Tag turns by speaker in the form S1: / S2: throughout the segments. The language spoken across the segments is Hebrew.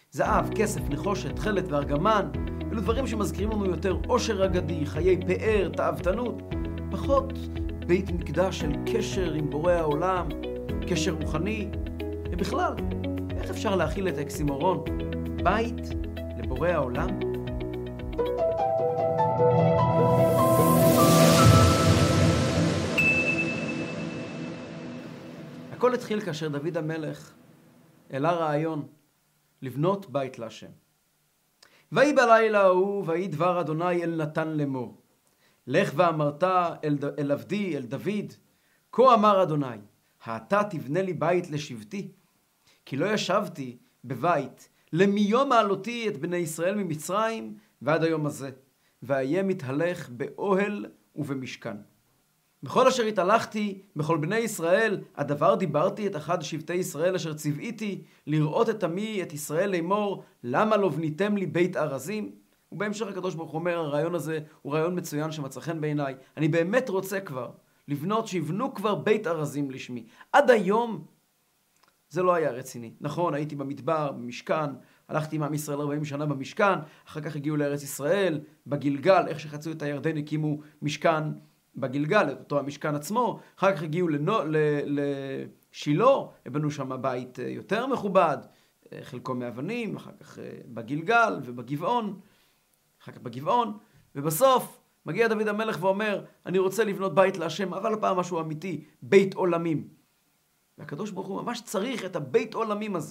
S1: זהב, כסף, נחושת, תכלת וארגמן, אלו דברים שמזכירים לנו יותר עושר אגדי, חיי פאר, תאוותנות, פחות בית מקדש של קשר עם בורא העולם, קשר רוחני, ובכלל, איך אפשר להכיל את האקסימורון? בית לבורא העולם? הכל התחיל כאשר דוד המלך העלה רעיון לבנות בית להשם. ויהי בלילה ההוא, ויהי דבר אדוני אל נתן לאמור. לך ואמרת אל עבדי, אל דוד, כה אמר אדוני, העתה תבנה לי בית לשבטי, כי לא ישבתי בבית למיום העלותי את בני ישראל ממצרים ועד היום הזה, ואהיה מתהלך באוהל ובמשכן. בכל אשר התהלכתי בכל בני ישראל, הדבר דיברתי את אחד שבטי ישראל אשר צבאיתי לראות את עמי, את ישראל לאמור, למה לא בניתם לי בית ארזים? ובהמשך הקדוש ברוך הוא אומר, הרעיון הזה הוא רעיון מצוין שמצא חן בעיניי. אני באמת רוצה כבר לבנות, שיבנו כבר בית ארזים לשמי. עד היום זה לא היה רציני. נכון, הייתי במדבר, במשכן, הלכתי עם עם ישראל 40 שנה במשכן, אחר כך הגיעו לארץ ישראל, בגלגל, איך שחצו את הירדן הקימו משכן בגלגל, את אותו המשכן עצמו, אחר כך הגיעו לשילה, הבנו שם בית יותר מכובד, חלקו מאבנים, אחר כך בגלגל ובגבעון, אחר כך בגבעון, ובסוף מגיע דוד המלך ואומר, אני רוצה לבנות בית להשם, אבל הפעם משהו אמיתי, בית עולמים. והקדוש ברוך הוא ממש צריך את הבית עולמים הזה.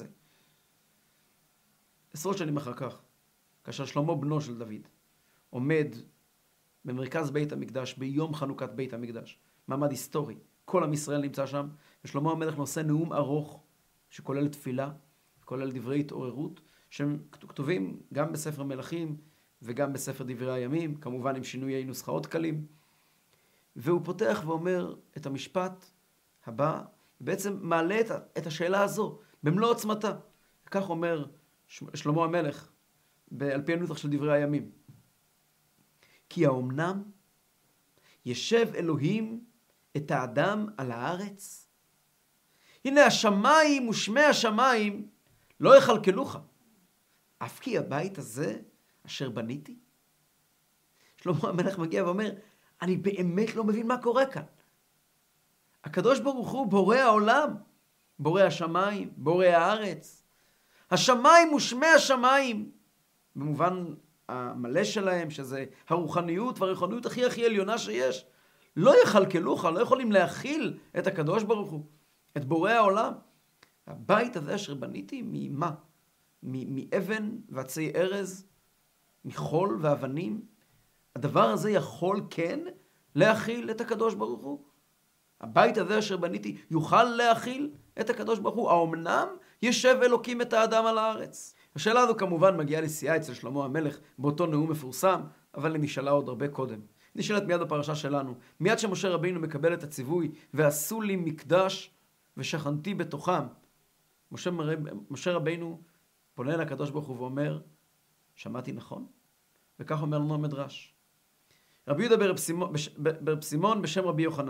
S1: עשרות שנים אחר כך, כאשר שלמה בנו של דוד עומד במרכז בית המקדש ביום חנוכת בית המקדש, מעמד היסטורי, כל עם ישראל נמצא שם, ושלמה המלך נושא נאום ארוך שכולל תפילה, כולל דברי התעוררות, שהם כתובים גם בספר מלכים וגם בספר דברי הימים, כמובן עם שינויי נוסחאות קלים, והוא פותח ואומר את המשפט הבא, ובעצם מעלה את השאלה הזו במלוא עוצמתה. כך אומר שלמה המלך על פי הנוסח של דברי הימים. כי האומנם ישב אלוהים את האדם על הארץ? הנה השמיים ושמי השמיים לא יכלכלוך, אף כי הבית הזה אשר בניתי. שלמה המלך מגיע ואומר, אני באמת לא מבין מה קורה כאן. הקדוש ברוך הוא בורא העולם, בורא השמיים, בורא הארץ. השמיים ושמי השמיים, במובן המלא שלהם, שזה הרוחניות והרוחניות הכי עליונה שיש, לא יכלכלוך, לא יכולים להכיל את הקדוש ברוך הוא, את בורא העולם. הבית הזה אשר בניתי, ממה? מאבן ועצי ארז, מחול ואבנים. הדבר הזה יכול כן להכיל את הקדוש ברוך הוא? הבית הזה אשר בניתי יוכל להכיל את הקדוש ברוך הוא? האומנם ישב אלוקים את האדם על הארץ? השאלה הזו כמובן מגיעה לשיאה אצל שלמה המלך באותו נאום מפורסם, אבל היא נשאלה עוד הרבה קודם. נשאלת מיד בפרשה שלנו. מיד שמשה רבינו מקבל את הציווי, ועשו לי מקדש ושכנתי בתוכם. משה רבינו פונה אל הקדוש ברוך הוא ואומר, שמעתי נכון? וכך אומר לנו המדרש. רבי יהודה ברב סימון בשם רבי יוחנן.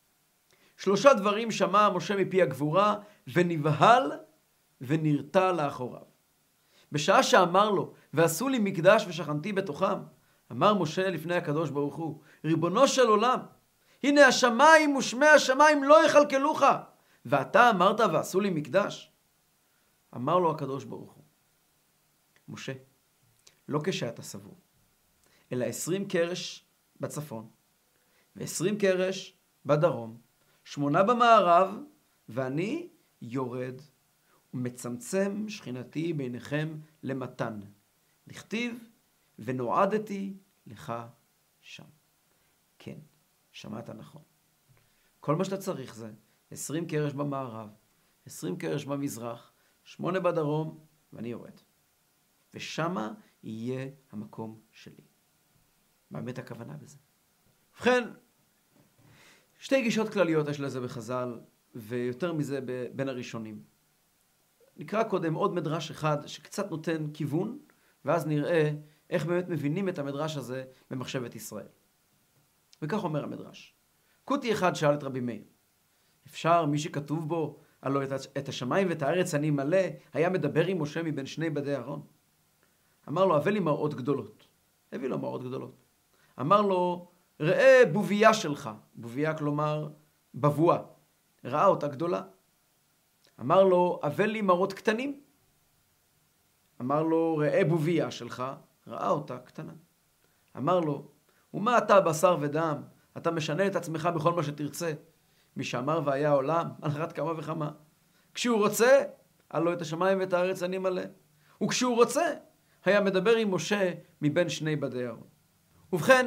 S1: 3 דברים שמע משה מפי הגבורה, ונבהל ונרתע לאחוריו. בשעה שאמר לו, ועשו לי מקדש ושכנתי בתוכם, אמר משה לפני הקדוש ברוך הוא, ריבונו של עולם, הנה השמיים ושמי השמיים לא יכלכלוך, ואתה אמרת ועשו לי מקדש? אמר לו הקדוש ברוך הוא, משה, לא כשאתה סבור, אלא 20 קרש בצפון, ו20 קרש בדרום, 8 במערב, ואני יורד ומצמצם שכינתי ביניכם למתן. נכתיב, ונועדתי לך שם. כן, שמעת נכון. כל מה שאתה צריך זה 20 קרש במערב, 20 קרש במזרח, 8 בדרום, ואני יורד. ושמה יהיה המקום שלי. מה באמת הכוונה בזה? ובכן, 2 גישות כלליות יש לזה בחז"ל, ויותר מזה בין הראשונים. נקרא קודם עוד מדרש אחד שקצת נותן כיוון, ואז נראה איך באמת מבינים את המדרש הזה במחשבת ישראל. וכך אומר המדרש. כותי אחד שאל את רבי מאיר, אפשר מי שכתוב בו, הלא את השמיים ואת הארץ אני מלא, היה מדבר עם משה מבין שני בדי אהרון. אמר לו, הביא לי מראות גדולות. הביא לו מראות גדולות. אמר לו, ראה בוביה שלך. בוביה כלומר בבואה. ראה אותה גדולה. אמר לו, הביא לי מראות קטנים. אמר לו, ראה בוביה שלך. ראה אותה קטנה. אמר לו, ומה אתה בשר ודם? אתה משנה את עצמך בכל מה שתרצה. מי שאמר והיה עולם, על אחת כמה וכמה. כשהוא רוצה, הלא את השמיים ואת הארץ אני מלא. וכשהוא רוצה, היה מדבר עם משה מבין שני בדי אהרון. ובכן,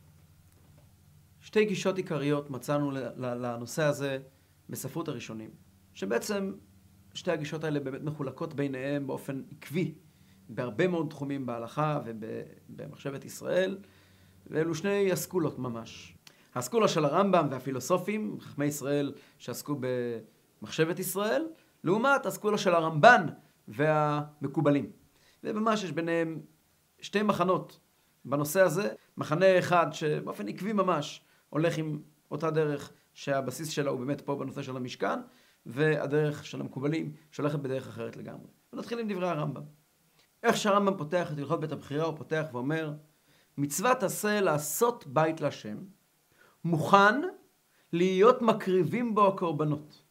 S1: שתי גישות עיקריות מצאנו לנושא הזה בספרות הראשונים, שבעצם שתי הגישות האלה באמת מחולקות ביניהם באופן עקבי, בהרבה מאוד תחומים בהלכה ובמחשבת ישראל, ואלו שני אסכולות ממש. האסכולה של הרמב"ם והפילוסופים, חכמי ישראל שעסקו במחשבת ישראל, לעומת האסכולה של הרמב"ן והמקובלים. וממש יש ביניהם שתי מחנות בנושא הזה. מחנה אחד שבאופן עקבי ממש הולך עם אותה דרך שהבסיס שלה הוא באמת פה בנושא של המשכן, והדרך של המקובלים שהולכת בדרך אחרת לגמרי. ונתחיל עם דברי הרמב"ם. איך שהרמב"ם פותח את הלכות בית הבחירה, הוא פותח ואומר, מצוות עשה לעשות בית להשם, מוכן להיות מקריבים בו הקורבנות.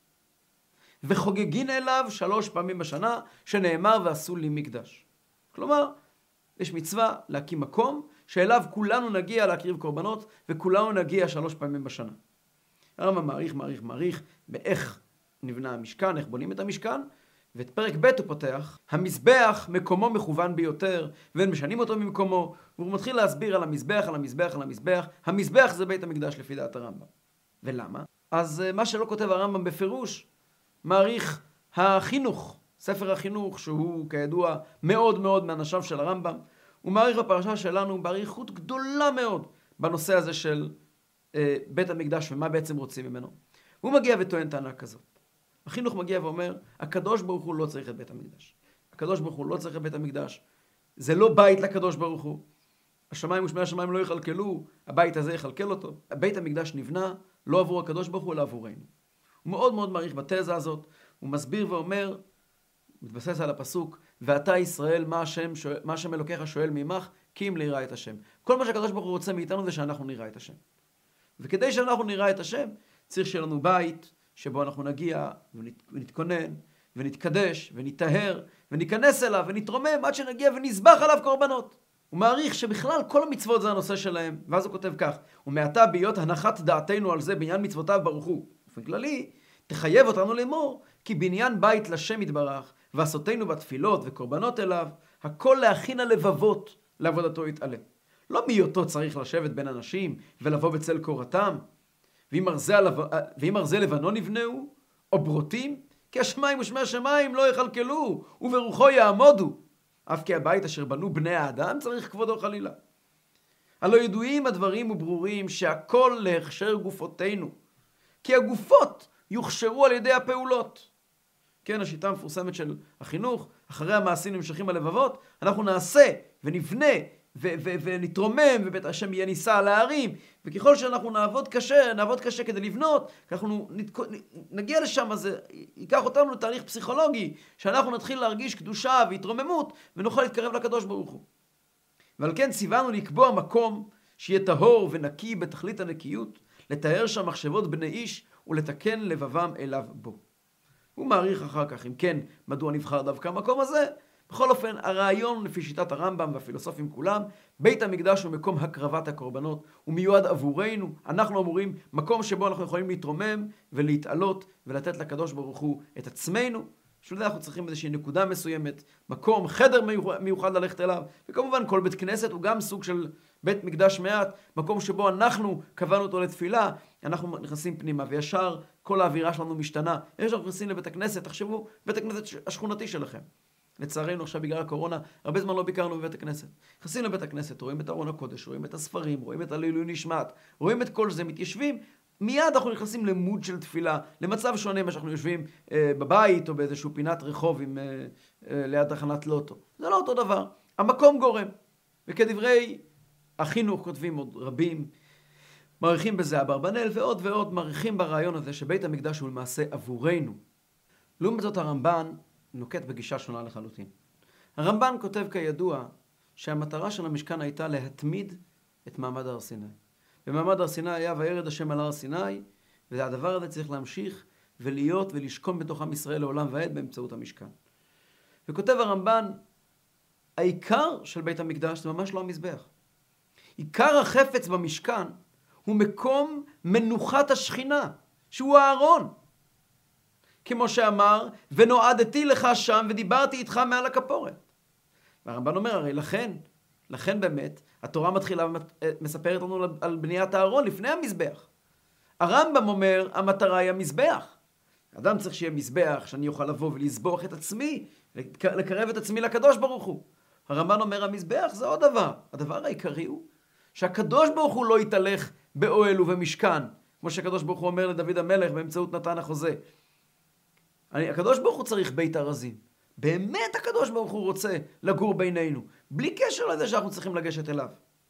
S1: וחוגגין אליו 3 פעמים בשנה, שנאמר ועשו לי מקדש. כלומר, יש מצווה להקים מקום שאליו כולנו נגיע להקריב קורבנות, וכולנו נגיע 3 פעמים בשנה. הרמב"ם מעריך באיך נבנה המשכן, איך בונים את המשכן, ואת פרק ב' הוא פותח, המזבח מקומו מכוון ביותר, ואין משנים אותו ממקומו, והוא מתחיל להסביר על המזבח, על המזבח, על המזבח. המזבח זה בית המקדש לפי דעת הרמב"ם. ולמה? אז מה שלא כותב הרמב"ם בפירוש, מעריך החינוך, ספר החינוך, שהוא כידוע מאוד מאוד מאנשיו של הרמב"ם, הוא מעריך בפרשה שלנו בעריכות גדולה מאוד בנושא הזה של בית המקדש ומה בעצם רוצים ממנו. הוא מגיע וטוען טענה כזאת. החינוך מגיע ואומר, הקדוש ברוך הוא לא צריך את בית המקדש. הקדוש ברוך הוא לא צריך את בית המקדש. זה לא בית לקדוש ברוך הוא. השמיים ושמי השמיים לא יכלכלו, הבית הזה יכלכל אותו. בית המקדש נבנה לא עבור הקדוש ברוך הוא, אלא עבורנו. הוא מאוד מאוד מעריך בתזה הזאת. הוא מסביר ואומר, מתבסס על הפסוק, ואתה ישראל, מה השם אלוקיך שואל ממך, כי אם ליראה את השם. כל מה שהקדוש ברוך הוא רוצה מאיתנו זה שאנחנו נראה את השם. וכדי שאנחנו נראה את השם, צריך שיהיה לנו בית שבו אנחנו נגיע ונתכונן ונתקדש ונתטהר וניכנס אליו ונתרומם עד שנגיע ונזבח עליו קורבנות. הוא מעריך שבכלל כל המצוות זה הנושא שלהם, ואז הוא כותב כך, ומעתה בהיות הנחת דעתנו על זה בעניין מצוותיו ברוך הוא, באופן כללי, תחייב אותנו לאמור, כי בניין בית לשם יתברך, ועשותנו בתפילות וקורבנות אליו, הכל להכין הלבבות לעבודתו יתעלה. לא מהיותו צריך לשבת בין אנשים ולבוא בצל קורתם, ואם ארזי לבנון יבנהו, או ברוטים, כי השמיים ושמי השמיים לא יכלכלו, וברוחו יעמודו. אף כי הבית אשר בנו בני האדם צריך כבודו חלילה. הלא ידועים הדברים וברורים שהכל להכשר גופותינו, כי הגופות יוכשרו על ידי הפעולות. כן, השיטה המפורסמת של החינוך, אחרי המעשים נמשכים הלבבות, אנחנו נעשה ונבנה ונתרומם, ובית השם יהיה נישא על הערים, וככל שאנחנו נעבוד קשה כדי לבנות, אנחנו נגיע לשם, אז זה ייקח אותנו לתהליך פסיכולוגי, שאנחנו נתחיל להרגיש קדושה והתרוממות, ונוכל להתקרב לקדוש ברוך הוא. ועל כן ציוונו לקבוע מקום שיהיה טהור ונקי בתכלית הנקיות, לתאר שם מחשבות בני איש, ולתקן לבבם אליו בו. הוא מעריך אחר כך, אם כן, מדוע נבחר דווקא המקום הזה. בכל אופן, הרעיון לפי שיטת הרמב"ם והפילוסופים כולם, בית המקדש הוא מקום הקרבת הקורבנות, הוא מיועד עבורנו, אנחנו אמורים, מקום שבו אנחנו יכולים להתרומם ולהתעלות ולתת לקדוש ברוך הוא את עצמנו. בשביל זה אנחנו צריכים איזושהי נקודה מסוימת, מקום, חדר מיוחד ללכת אליו, וכמובן כל בית כנסת הוא גם סוג של בית מקדש מעט, מקום שבו אנחנו קבענו אותו לתפילה, אנחנו נכנסים פנימה, וישר כל האווירה שלנו משתנה. יש אנחנו נכנסים לבית הכנסת, תחשבו, בית הכנסת השכונתי שלכם. לצערנו עכשיו בגלל הקורונה, הרבה זמן לא ביקרנו בבית הכנסת. נכנסים לבית הכנסת, רואים את ארון הקודש, רואים את הספרים, רואים את לעילוי נשמת, רואים את כל זה, מתיישבים, מיד אנחנו נכנסים למוד של תפילה, למצב שונה מה שאנחנו יושבים בבית או באיזשהו פינת רחוב ליד תחנת לוטו. זה לא אותו דבר. המקום גורם. וכדברי החינוך כותבים עוד רבים, מעריכים בזה אברבנאל ועוד ועוד, מעריכים ברעיון הזה שבית המקדש הוא למעשה עבורנו. לעומת זאת הרמב"ן נוקט בגישה שונה לחלוטין. הרמב"ן כותב כידוע שהמטרה של המשכן הייתה להתמיד את מעמד הר סיני. במעמד הר סיני היה וירד השם על הר סיני, והדבר הזה צריך להמשיך ולהיות ולשכון בתוך עם ישראל לעולם ועד באמצעות המשכן. וכותב הרמב"ן, העיקר של בית המקדש זה ממש לא המזבח. עיקר החפץ במשכן הוא מקום מנוחת השכינה, שהוא הארון. כמו שאמר, ונועדתי לך שם ודיברתי איתך מעל הכפורת. והרמב"ן אומר, הרי לכן באמת, התורה מתחילה ומספרת לנו על בניית הארון לפני המזבח. הרמב"ם אומר, המטרה היא המזבח. אדם צריך שיהיה מזבח, שאני אוכל לבוא ולסבוח את עצמי, לקרב את עצמי לקדוש ברוך הוא. הרמב"ן אומר, המזבח זה עוד דבר. הדבר העיקרי הוא שהקדוש ברוך הוא לא יתהלך באוהל ובמשכן, כמו שהקדוש ברוך הוא אומר לדוד המלך באמצעות נתן החוזה. הקדוש ברוך הוא צריך בית ארזים. באמת הקדוש ברוך הוא רוצה לגור בינינו, בלי קשר לזה שאנחנו צריכים לגשת אליו.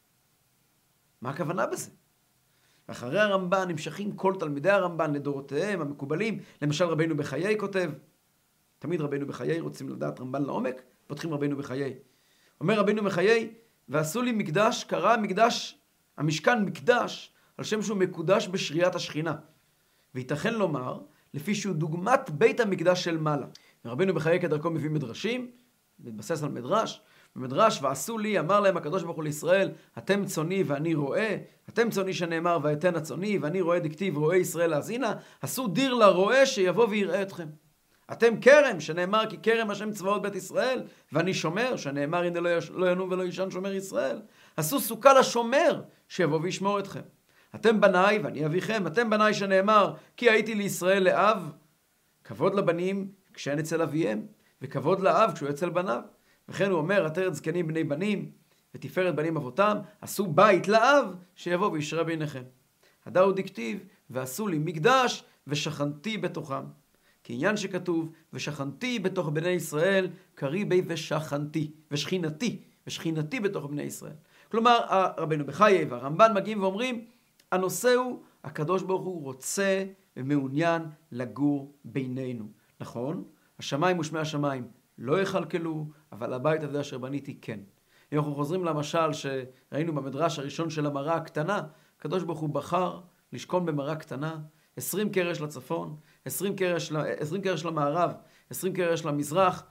S1: מה הכוונה בזה? אחרי הרמב"ן נמשכים כל תלמידי הרמב"ן לדורותיהם המקובלים. למשל רבינו בחיי כותב, תמיד רבינו בחיי רוצים לדעת רמב"ן לעומק, פותחים רבינו בחיי. אומר רבינו בחיי, ועשו לי מקדש, קרא מקדש, המשכן מקדש, על שם שהוא מקודש בשריית השכינה. וייתכן לומר, לפי שהוא דוגמת בית המקדש של מעלה. רבינו בחיי כדרכו מביא מדרשים, מתבסס על מדרש, במדרש ועשו לי, אמר להם הקדוש ברוך הוא לישראל, אתם צוני ואני רואה, אתם צוני שנאמר ואתן הצוני, ואני רואה דכתיב רואה ישראל להזינה, עשו דיר לרואה שיבוא ויראה אתכם. אתם כרם, שנאמר כי כרם השם צבאות בית ישראל, ואני שומר, שנאמר הנה לא ינום ולא ישן שומר ישראל. עשו סוכה לשומר, שיבוא וישמור אתכם. אתם בניי ואני אביכם, אתם בניי שנאמר כי הייתי לישראל לאב, כבוד לבנים כשאין אצל אביהם, וכבוד לאב כשהוא אצל בניו. וכן הוא אומר, עטרת זקנים בני בנים, ותפארת בנים אבותם, עשו בית לאב, שיבוא וישרה ביניכם. הדאו דכתיב, ועשו לי מקדש, ושכנתי בתוכם. כעניין שכתוב, ושכנתי בתוך בני ישראל, קרי בי ושכנתי, ושכינתי בתוך בני ישראל. כלומר, רבינו בחיי והרמב"ן מגיעים ואומרים, הנושא הוא, הקדוש ברוך הוא רוצה ומעוניין לגור בינינו. נכון? השמיים ושמי השמיים לא יחלקלו, אבל הבית הזה אשר בניתי כן. אם אנחנו חוזרים למשל שראינו במדרש הראשון של המראה הקטנה, הקדוש ברוך הוא בחר לשכון במראה קטנה, 20 קרש לצפון, 20 קרש למערב, 20 קרש למזרח,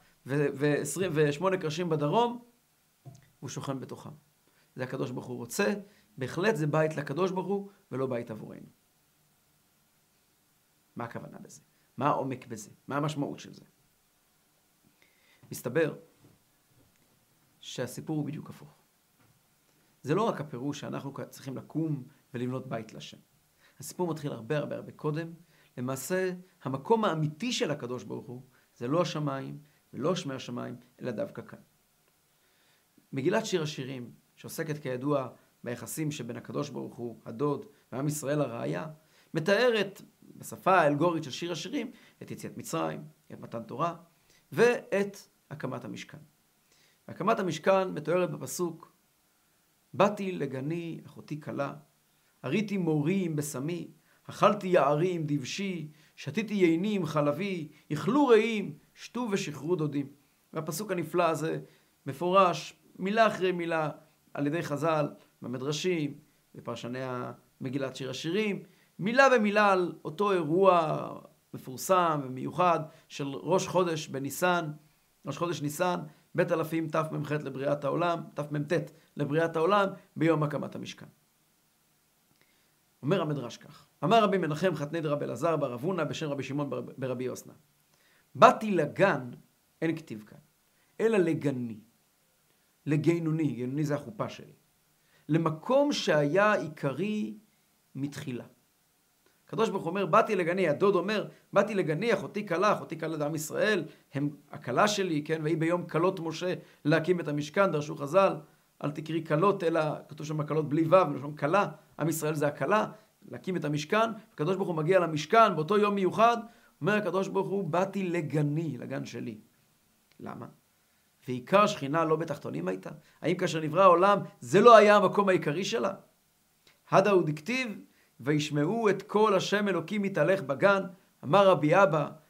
S1: ו8 קרשים בדרום, הוא שוכן בתוכם. זה הקדוש ברוך הוא רוצה, בהחלט זה בית לקדוש ברוך הוא, ולא בית עבורנו. מה הכוונה בזה? מה העומק בזה? מה המשמעות של זה? מסתבר שהסיפור הוא בדיוק הפוך. זה לא רק הפירוש שאנחנו צריכים לקום ולבנות בית לשם. הסיפור מתחיל הרבה קודם. למעשה, המקום האמיתי של הקדוש ברוך הוא, זה לא השמיים ולא שמי השמיים, אלא דווקא כאן. מגילת שיר השירים, שעוסקת כידוע ביחסים שבין הקדוש ברוך הוא, הדוד, ועם ישראל הרעיה, מתארת בשפה האלגורית של שיר השירים את יציאת מצרים, את מתן תורה, ואת הקמת המשכן. הקמת המשכן מתוארת בפסוק, באתי לגני אחותי כלה, הריתי מורי עם בשמי, אכלתי יערי עם דבשי, שתיתי ייני עם חלבי, איכלו רעים, שתו ושחרו דודים. והפסוק הנפלא הזה מפורש מילה אחרי מילה על ידי חז"ל, במדרשים, בפרשני מגילת שיר השירים, מילה במילה על אותו אירוע מפורסם ומיוחד של ראש חודש בניסן, ראש חודש ניסן, בית אלפים תמ"ח לבריאת העולם, תמ"ט לבריאת העולם, ביום הקמת המשכן. אומר המדרש כך, אמר רבי מנחם חתני דרבי אלעזר בר אבונה בשם רבי שמעון ברבי יוסנה, באתי לגן, אין כתיב כאן, אלא לגני, לגינוני, גינוני זה החופה שלי, למקום שהיה עיקרי מתחילה. הקדוש ברוך הוא אומר, באתי לגני, הדוד אומר, באתי לגני, אחותי כלה לעם ישראל, הם הכלה שלי, כן, והיא ביום כלות משה להקים את המשכן, דרשו חז"ל, אל תקראי כלות, אלא כתוב שם כלות בלי וו, מלשון כלה, עם ישראל זה הכלה, להקים את המשכן, הקדוש ברוך הוא מגיע למשכן, באותו יום מיוחד, אומר הקדוש ברוך הוא, באתי לגני, לגן שלי. למה? ועיקר שכינה לא בתחתונים הייתה? האם כאשר נברא העולם, זה לא היה המקום העיקרי שלה? הדא הוא דכתיב, וישמעו את כל השם אלוקים מתהלך בגן, אמר רבי אבא,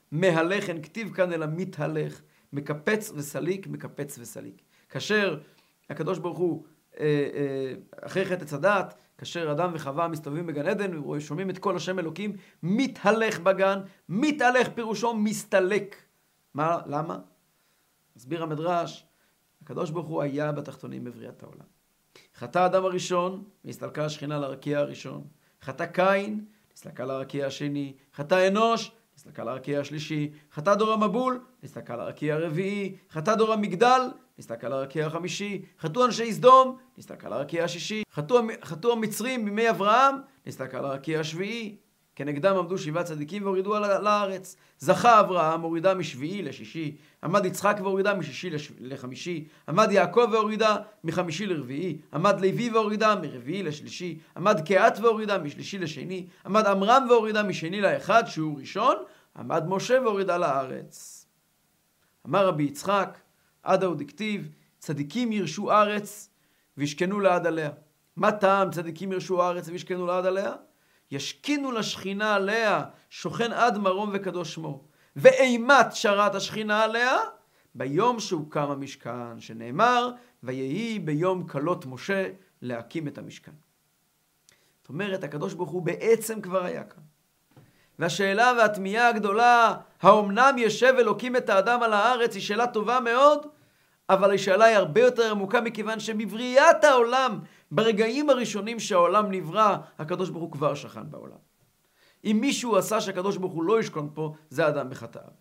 S1: מהלך, אין כתיב כאן אלא מתהלך, מקפץ וסליק, מקפץ וסליק. כאשר הקדוש ברוך הוא, אחרי חטא עץ הדעת, כאשר אדם וחווה מסתובבים בגן עדן, ושומעים את כל השם אלוקים, מתהלך בגן, מתהלך פירושו מסתלק. למה? מסביר המדרש, הקדוש ברוך הוא היה בתחתונים בבריאת העולם. חטא האדם הראשון, והסתלקה השכינה לרקיע הראשון. חטא קין, נסתלקה לרקיע השני. חטא אנוש, נסתלקה לרקיע השלישי. חטא דור המבול, נסתלקה לרקיע הרביעי. חטא דור המגדל, נסתלקה לרקיע החמישי. חטאו אנשי סדום, נסתלקה לרקיע השישי. חטאו המצרים בימי אברהם, נסתלקה לרקיע השביעי. כנגדם עמדו 7 צדיקים והורידו על הארץ. זכה אברהם, הורידה משביעי לשישי. עמד יצחק והורידה משישי לחמישי. עמד יעקב והורידה מחמישי לרביעי. עמד לוי והורידה מרביעי לשלישי. עמד קהת והורידה משלישי לשני. עמד עמרם והורידה משני לאחד שהוא ראשון. עמד משה והורידה לארץ. אמר רבי יצחק, עדה הוא דכתיב, צדיקים ירשו ארץ וישכנו לעד עליה. מה טעם צדיקים ירשו ארץ וישכנו לעד עליה? ישכינו לשכינה עליה, שוכן עד מרום וקדוש שמו. ואימת שרת השכינה עליה, ביום שהוקם המשכן, שנאמר, ויהי ביום כלות משה להקים את המשכן. זאת אומרת, הקדוש ברוך הוא בעצם כבר היה כאן. והשאלה והתמיהה הגדולה, האומנם ישב אלוקים את האדם על הארץ, היא שאלה טובה מאוד, אבל השאלה היא הרבה יותר עמוקה, מכיוון שבבריאת העולם, ברגעים הראשונים שהעולם נברא, הקדוש ברוך הוא כבר שכן בעולם. אם מישהו עשה שהקדוש ברוך הוא לא ישכון פה, זה האדם בחטאיו.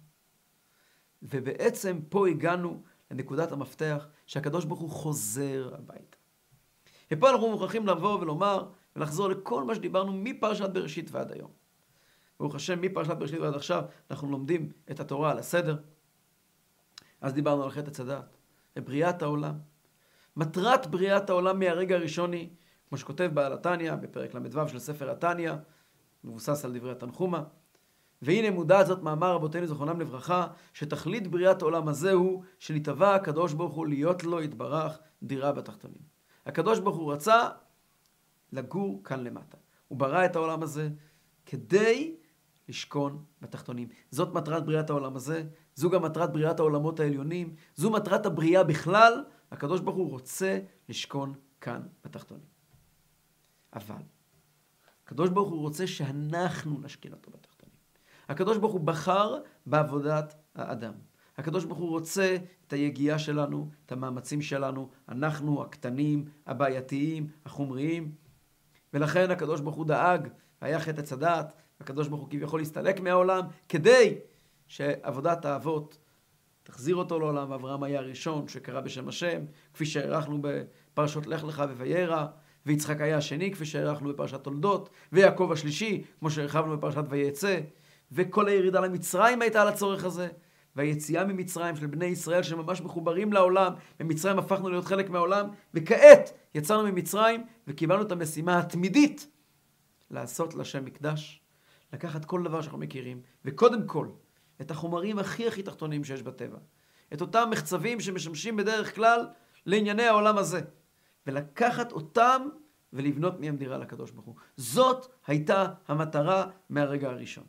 S1: ובעצם פה הגענו לנקודת המפתח, שהקדוש ברוך הוא חוזר הביתה. ופה אנחנו מוכרחים לבוא ולומר, ולחזור לכל מה שדיברנו מפרשת בראשית ועד היום. ברוך השם, מפרשת בראשית ועד עכשיו, אנחנו לומדים את התורה על הסדר. אז דיברנו על חטא עץ הדעת. בבריאת העולם. מטרת בריאת העולם מהרגע הראשון היא, כמו שכותב בעל התניא, בפרק ל"ו של ספר התניא, מבוסס על דברי התנחומה, והנה מודעת זאת מאמר רבותינו זכרונם לברכה, שתכלית בריאת העולם הזה הוא שנתבע הקדוש ברוך הוא להיות לו יתברך דירה בתחתונים. הקדוש ברוך הוא רצה לגור כאן למטה. הוא ברא את העולם הזה כדי לשכון בתחתונים. זאת מטרת בריאת העולם הזה, זו גם מטרת בריאת העולמות העליונים, זו מטרת הבריאה בכלל, הקדוש ברוך הוא רוצה לשכון כאן בתחתונים. אבל, הקדוש ברוך הוא רוצה שאנחנו נשכין אותו בתחתונים. הקדוש ברוך הוא בחר בעבודת האדם. הקדוש ברוך הוא רוצה את היגיעה שלנו, את המאמצים שלנו, אנחנו הקטנים, הבעייתיים, החומריים, ולכן הקדוש ברוך הוא דאג, היה חטא עץ הדעת, הקדוש ברוך הוא כביכול להסתלק מהעולם, כדי שעבודת האבות תחזיר אותו לעולם. אברהם היה הראשון שקרא בשם השם, כפי שהערכנו בפרשות לך לך ווירא, ויצחק היה השני, כפי שהערכנו בפרשת תולדות, ויעקב השלישי, כמו שהרחבנו בפרשת ויצא, וכל הירידה למצרים הייתה על הצורך הזה, והיציאה ממצרים של בני ישראל שממש מחוברים לעולם, במצרים הפכנו להיות חלק מהעולם, וכעת יצאנו ממצרים וקיבלנו את המשימה התמידית לעשות לשם מקדש, לקחת כל דבר שאנחנו מכירים, וקודם כל את החומרים הכי תחתונים שיש בטבע, את אותם מחצבים שמשמשים בדרך כלל לענייני העולם הזה, ולקחת אותם ולבנות מהם דירה לקדוש ברוך הוא. זאת הייתה המטרה מהרגע הראשון.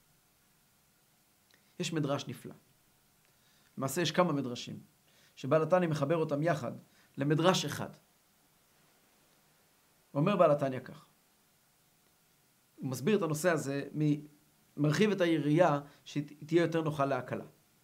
S1: יש מדרש נפלא. למעשה יש כמה מדרשים, שבעל התניא מחבר אותם יחד למדרש אחד. אומר בעל התניא כך, הוא מסביר את הנושא הזה, מרחיב את היריעה שתהיה יותר נוחה להקלה.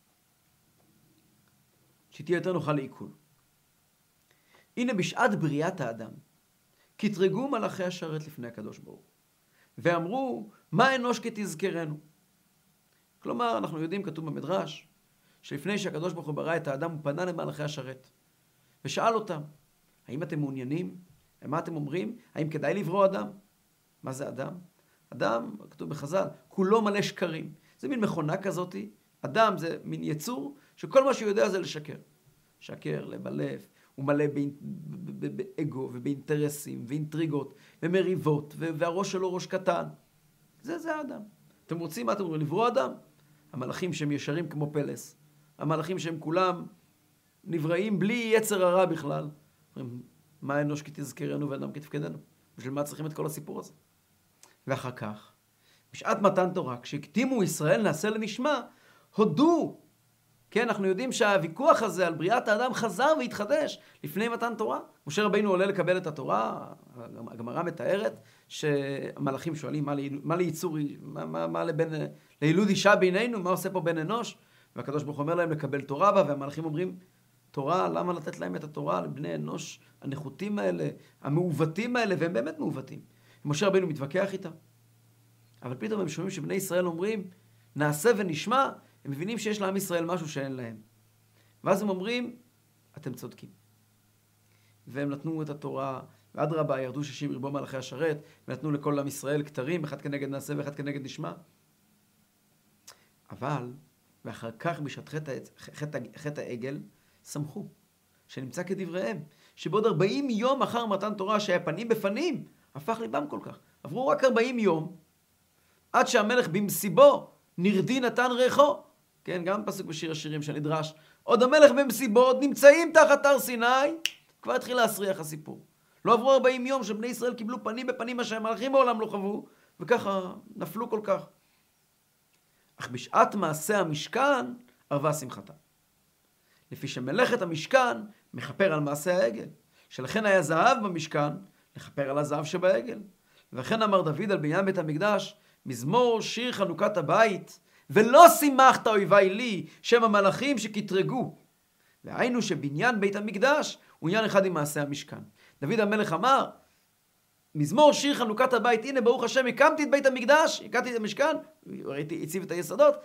S1: שתהיה יותר נוחה לעיכול. הנה בשעת בריאת האדם, כתרגו מלאכי השרת לפני הקדוש ברוך הוא, ואמרו, מה אנוש כתזכרנו? כלומר, אנחנו יודעים, כתוב במדרש, שלפני שהקדוש ברוך הוא ברא את האדם, הוא פנה למלאכי השרת, ושאל אותם, האם אתם מעוניינים? מה אתם אומרים? האם כדאי לברוא אדם? מה זה אדם? אדם, כתוב בחז"ל, כולו מלא שקרים. זה מין מכונה כזאת. אדם זה מין יצור שכל מה שהוא יודע זה לשקר. שקר, לבלף, הוא מלא באגו ובאינטרסים ואינטריגות ומריבות, והראש שלו ראש קטן. זה האדם. אתם רוצים, מה אתם אומרים? לברוא אדם? המלאכים שהם ישרים כמו פלס. המלאכים שהם כולם נבראים בלי יצר הרע בכלל. אומרים, מה אנוש כתזכרנו ואדם כתפקדנו? בשביל מה צריכים את כל הסיפור הזה? ואחר כך, בשעת מתן תורה, כשהקדימו ישראל נעשה לנשמע, הודו. כן, אנחנו יודעים שהוויכוח הזה על בריאת האדם חזר והתחדש לפני מתן תורה. משה רבינו עולה לקבל את התורה, הגמרא מתארת שהמלאכים שואלים מה ליצור, מה לילוד אישה בינינו, מה עושה פה בן אנוש? והקדוש ברוך הוא אומר להם לקבל תורה בה, והמלאכים אומרים, תורה, למה לתת להם את התורה לבני אנוש הנחותים האלה, המעוותים האלה, והם באמת מעוותים. משה רבינו מתווכח איתם. אבל פתאום הם שומעים שבני ישראל אומרים, נעשה ונשמע, הם מבינים שיש לעם ישראל משהו שאין להם. ואז הם אומרים, אתם צודקים. והם נתנו את התורה, ועד רבה ירדו 60 רבו מלאכי השרת, ונתנו לכל עם ישראל כתרים, אחד כנגד נעשה ואחד כנגד נשמע. אבל, ואחר כך בשעת חטא העגל, שמחו, שנמצא כדבריהם, שבעוד 40 יום אחר מתן תורה שהיה פנים בפנים, הפך ליבם כל כך. עברו רק 40 יום, עד שהמלך במסיבו נרדי נתן ריחו. כן, גם פסוק בשיר השירים שנדרש. עוד המלך במסיבו, עוד נמצאים תחת הר סיני, כבר התחיל להסריח הסיפור. לא עברו 40 יום שבני ישראל קיבלו פנים בפנים מה שהמלאכים בעולם לא חוו, וככה נפלו כל כך. אך בשעת מעשה המשכן, ערבה שמחתה. לפי שמלאכת המשכן מכפר על מעשה העגל, שלכן היה זהב במשכן, לכפר על הזהב שבעגל. וכן אמר דוד על בניין בית המקדש, מזמור שיר חנוכת הבית, ולא שימחת אויבי לי, שם המלאכים שכתרגו. והיינו שבניין בית המקדש הוא עניין אחד עם מעשה המשכן. דוד המלך אמר, מזמור שיר חנוכת הבית, הנה ברוך השם, הקמתי את בית המקדש, הקמתי את המשכן, הציב את היסודות.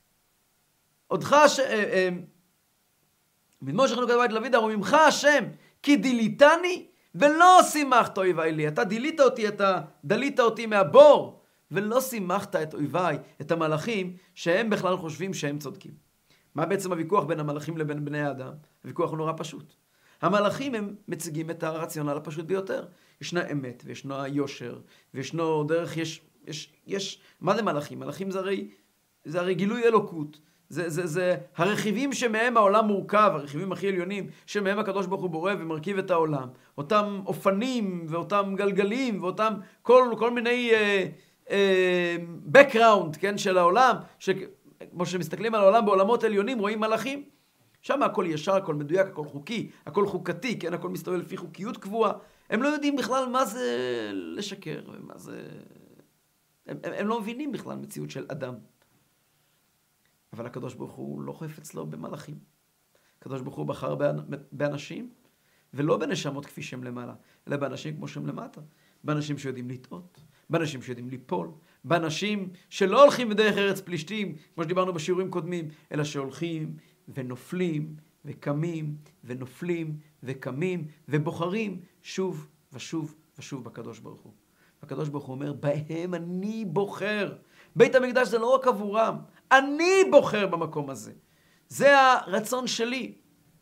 S1: מזמור שיר חנוכת הבית דוד, אמרו ממך השם, כי דיליתני, ולא שימחת אויבי לי. אתה דילית אותי, אתה דלית אותי מהבור, ולא שימחת את אויביי, את המלאכים, שהם בכלל חושבים שהם צודקים. מה בעצם הוויכוח בין המלאכים לבין בני האדם? הוויכוח הוא נורא פשוט. המלאכים הם מציגים את הרציונל הפשוט ביותר. ישנה אמת, וישנו היושר, וישנו דרך, מה זה מלאכים? מלאכים זה הרי גילוי אלוקות. זה הרכיבים שמהם העולם מורכב, הרכיבים הכי עליונים, שמהם הקדוש ברוך הוא בורא ומרכיב את העולם. אותם אופנים, ואותם גלגלים, ואותם כל מיני background, כן, של העולם, כמו שמסתכלים על העולם בעולמות עליונים, רואים מלאכים. שם הכל ישר, הכל מדויק, הכל חוקי, הכל חוקתי, כן, הכל מסתובב לפי חוקיות קבועה. הם לא יודעים בכלל מה זה לשקר, ומה זה... הם לא מבינים בכלל מציאות של אדם. אבל הקדוש ברוך הוא לא חפץ לו במלאכים. הקדוש ברוך הוא בחר באנשים, ולא בנשמות כפי שהם למעלה, אלא באנשים כמו שהם למטה. באנשים שיודעים לטעות, באנשים שיודעים ליפול, באנשים שלא הולכים בדרך ארץ פלישתים, כמו שדיברנו בשיעורים קודמים, אלא שהולכים ונופלים וקמים ונופלים וקמים ובוחרים שוב ושוב ושוב בקדוש ברוך הוא. הקדוש ברוך הוא אומר, בהם אני בוחר. בית המקדש זה לא רק עבורם, אני בוחר במקום הזה. זה הרצון שלי.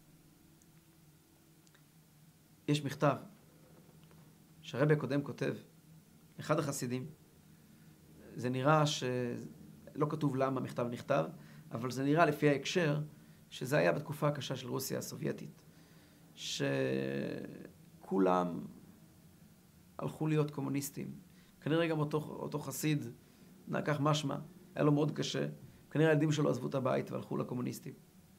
S1: יש מכתב שהרבי הקודם כותב, אחד החסידים, זה נראה שלא כתוב למה המכתב נכתב, אבל זה נראה לפי ההקשר שזה היה בתקופה הקשה של רוסיה הסובייטית, שכולם הלכו להיות קומוניסטים. כנראה גם אותו חסיד, כך משמע, היה לו מאוד קשה. כנראה הילדים שלו עזבו את הבית והלכו לקומוניסטים.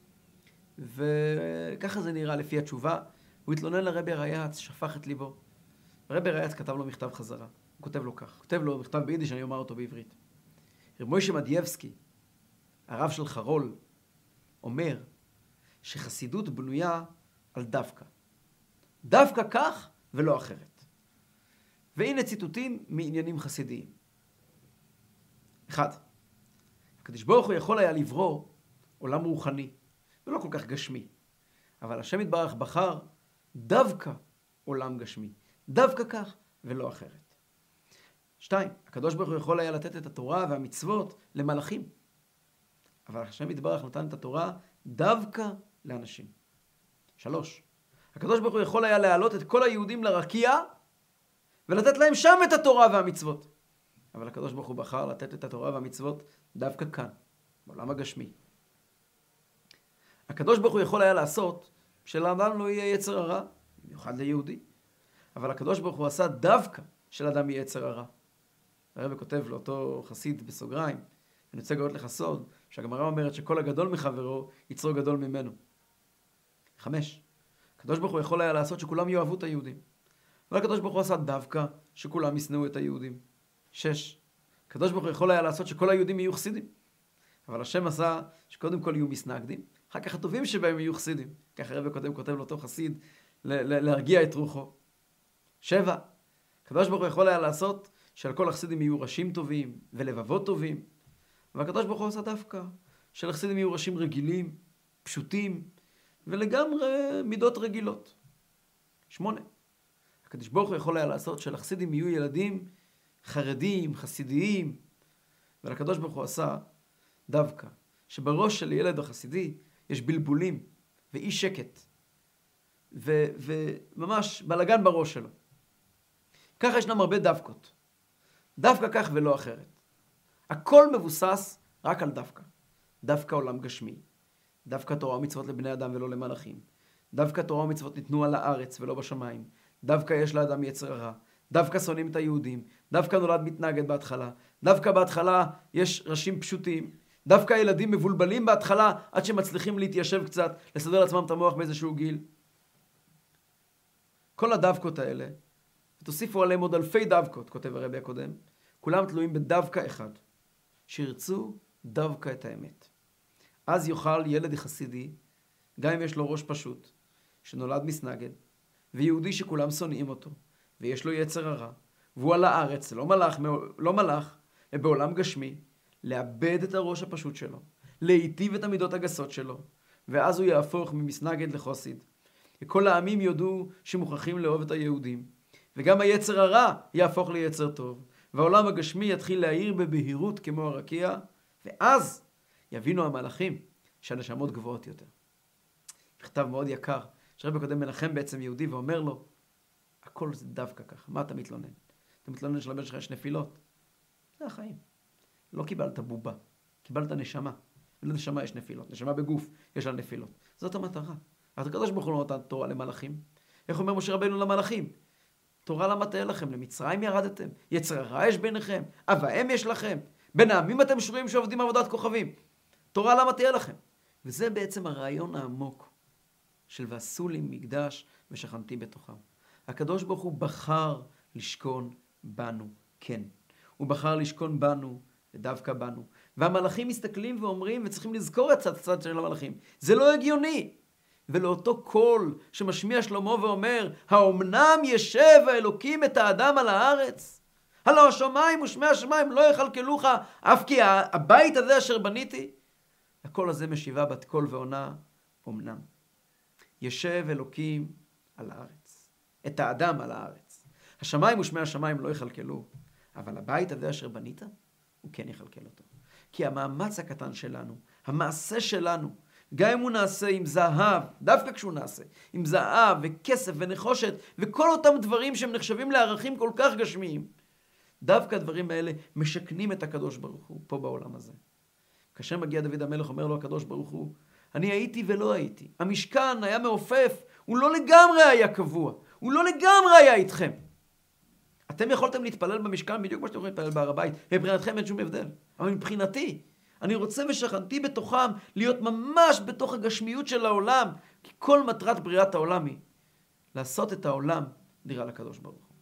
S1: וככה זה נראה לפי התשובה. הוא התלונן לרבי הרייץ, שפך את ליבו. רבי הרייץ כתב לו מכתב חזרה. הוא כותב לו כך. הוא כותב לו מכתב ביידיש, אני אומר אותו בעברית. רב מוישה מדייבסקי, הרב של חרול, אומר שחסידות בנויה על דווקא. דווקא כך ולא אחרת. והנה ציטוטים מעניינים חסידיים. 1. הקדוש ברוך הוא יכול היה לברוא עולם רוחני, ולא כל כך גשמי. אבל השם יתברך בחר דווקא עולם גשמי. דווקא כך ולא אחרת. 2. הקדוש ברוך הוא יכול היה לתת את התורה והמצוות למלאכים. אבל השם יתברך נתן את התורה דווקא לאנשים. 3. הקדוש ברוך הוא יכול היה להעלות את כל היהודים לרקיע ולתת להם שם את התורה והמצוות. אבל הקדוש ברוך הוא בחר לתת את התורה והמצוות דווקא כאן, בעולם הגשמי. הקדוש ברוך הוא יכול היה לעשות שלאדם לא יהיה יצר הרע, במיוחד ליהודי. אבל הקדוש ברוך הוא עשה דווקא שלאדם יהיה יצר הרע. הרב כותב לאותו חסיד בסוגריים, אני רוצה לגלות לך סוד, שהגמרא אומרת שכל הגדול מחברו יצרו גדול ממנו. 5. הקדוש ברוך הוא יכול היה לעשות שכולם יאהבו את היהודים. אבל הקדוש ברוך הוא עשה דווקא שכולם ישנאו את היהודים. 6. הקדוש ברוך הוא יכול היה לעשות שכל היהודים יהיו חסידים. אבל השם עשה שקודם כל יהיו מסנגדים, אחר כך הטובים שבהם יהיו חסידים. ככה הרב הקודם כותב לאותו חסיד להרגיע את רוחו. 7. הקדוש ברוך הוא יכול היה לעשות שעל כל החסידים יהיו ראשים טובים ולבבות טובים. והקדוש ברוך הוא עשה דווקא שלחסידים יהיו ראשים רגילים, פשוטים, ולגמרי מידות רגילות. 8. הקדוש ברוך הוא יכול היה לעשות שלחסידים יהיו ילדים חרדים, חסידיים, ולקדוש ברוך הוא עשה דווקא שבראש של ילד החסידי יש בלבולים ואי שקט, וממש בלגן בראש שלו. ככה ישנם הרבה דווקות. דווקא כך ולא אחרת. הכל מבוסס רק על דווקא. דווקא עולם גשמי. דווקא תורה ומצוות לבני אדם ולא למלאכים. דווקא תורה ומצוות ניתנו על הארץ ולא בשמיים. דווקא יש לאדם יצר הרע. דווקא שונאים את היהודים. דווקא נולד מתנגד בהתחלה. דווקא בהתחלה יש ראשים פשוטים. דווקא ילדים מבולבלים בהתחלה עד שמצליחים להתיישב קצת, לסדר לעצמם את המוח באיזשהו גיל. כל הדווקות האלה, ותוסיפו עליהם עוד אלפי דווקות, כותב הרבי הקודם, כולם תלויים בדווקא אחד, שירצו דווקא את האמת. אז יוכל ילד חסידי, גם אם יש לו ראש פשוט, שנולד מסנגד, ויהודי שכולם שונאים אותו, ויש לו יצר הרע, והוא על הארץ, לא מלאך, ובעולם גשמי, לאבד את הראש הפשוט שלו, להיטיב את המידות הגסות שלו, ואז הוא יהפוך ממסנגד לחסיד. וכל העמים יודו שמוכרחים לאהוב את היהודים, וגם היצר הרע יהפוך ליצר טוב, והעולם הגשמי יתחיל להאיר בבהירות כמו הרקיע, ואז יבינו המלאכים שהנשמות גבוהות יותר. מכתב מאוד יקר, שרבי קודם מנחם בעצם יהודי ואומר לו, הכל זה דווקא ככה, מה אתה מתלונן? אתה מתלונן שלבן שלך יש נפילות? זה החיים. לא קיבלת בובה, קיבלת נשמה. ולנשמה יש נפילות, נשמה בגוף יש לה נפילות. זאת המטרה. אז הקדוש ברוך הוא לא נתן תורה למלאכים. איך אומר משה רבנו למלאכים? תורה למה תהיה לכם? למצרים ירדתם. יצר הרע יש ביניכם. אב האם יש לכם. בין העמים אתם שרויים שעובדים עבודת כוכבים. תורה למה תהיה לכם? וזה בעצם הרעיון העמוק של ועשו לי מקדש ושכנתי בתוכם. הקדוש ברוך הוא בחר לשכון בנו. כן. הוא בחר לשכון בנו ודווקא בנו. והמלאכים מסתכלים ואומרים, וצריכים לזכור את הצד של המלאכים. זה לא הגיוני. ולאותו קול שמשמיע שלמה ואומר, האומנם ישב האלוקים את האדם על הארץ? הלא השמיים ושמי השמיים לא יכלכלוך, אף כי הבית הזה אשר בניתי. הקול הזה משיבה בת קול ועונה, אומנם. ישב אלוקים על הארץ. את האדם על הארץ. השמיים ושמי השמיים לא יכלכלו, אבל הבית הזה אשר בנית, הוא כן יכלכל אותו. כי המאמץ הקטן שלנו, המעשה שלנו, גם אם הוא נעשה עם זהב, דווקא כשהוא נעשה, עם זהב וכסף ונחושת, וכל אותם דברים שהם נחשבים לערכים כל כך גשמיים, דווקא הדברים האלה משכנים את הקדוש ברוך הוא פה בעולם הזה. כאשר מגיע דוד המלך, אומר לו הקדוש ברוך הוא, אני הייתי ולא הייתי. המשכן היה מעופף, הוא לא לגמרי היה קבוע, הוא לא לגמרי היה איתכם. אתם יכולתם להתפלל במשכן בדיוק כמו שאתם יכולים להתפלל בהר הבית, מבחינתכם אין שום הבדל. אבל מבחינתי, אני רוצה ושכנתי בתוכם להיות ממש בתוך הגשמיות של העולם, כי כל מטרת בריאת העולם היא לעשות את העולם נראה לקדוש ברוך הוא.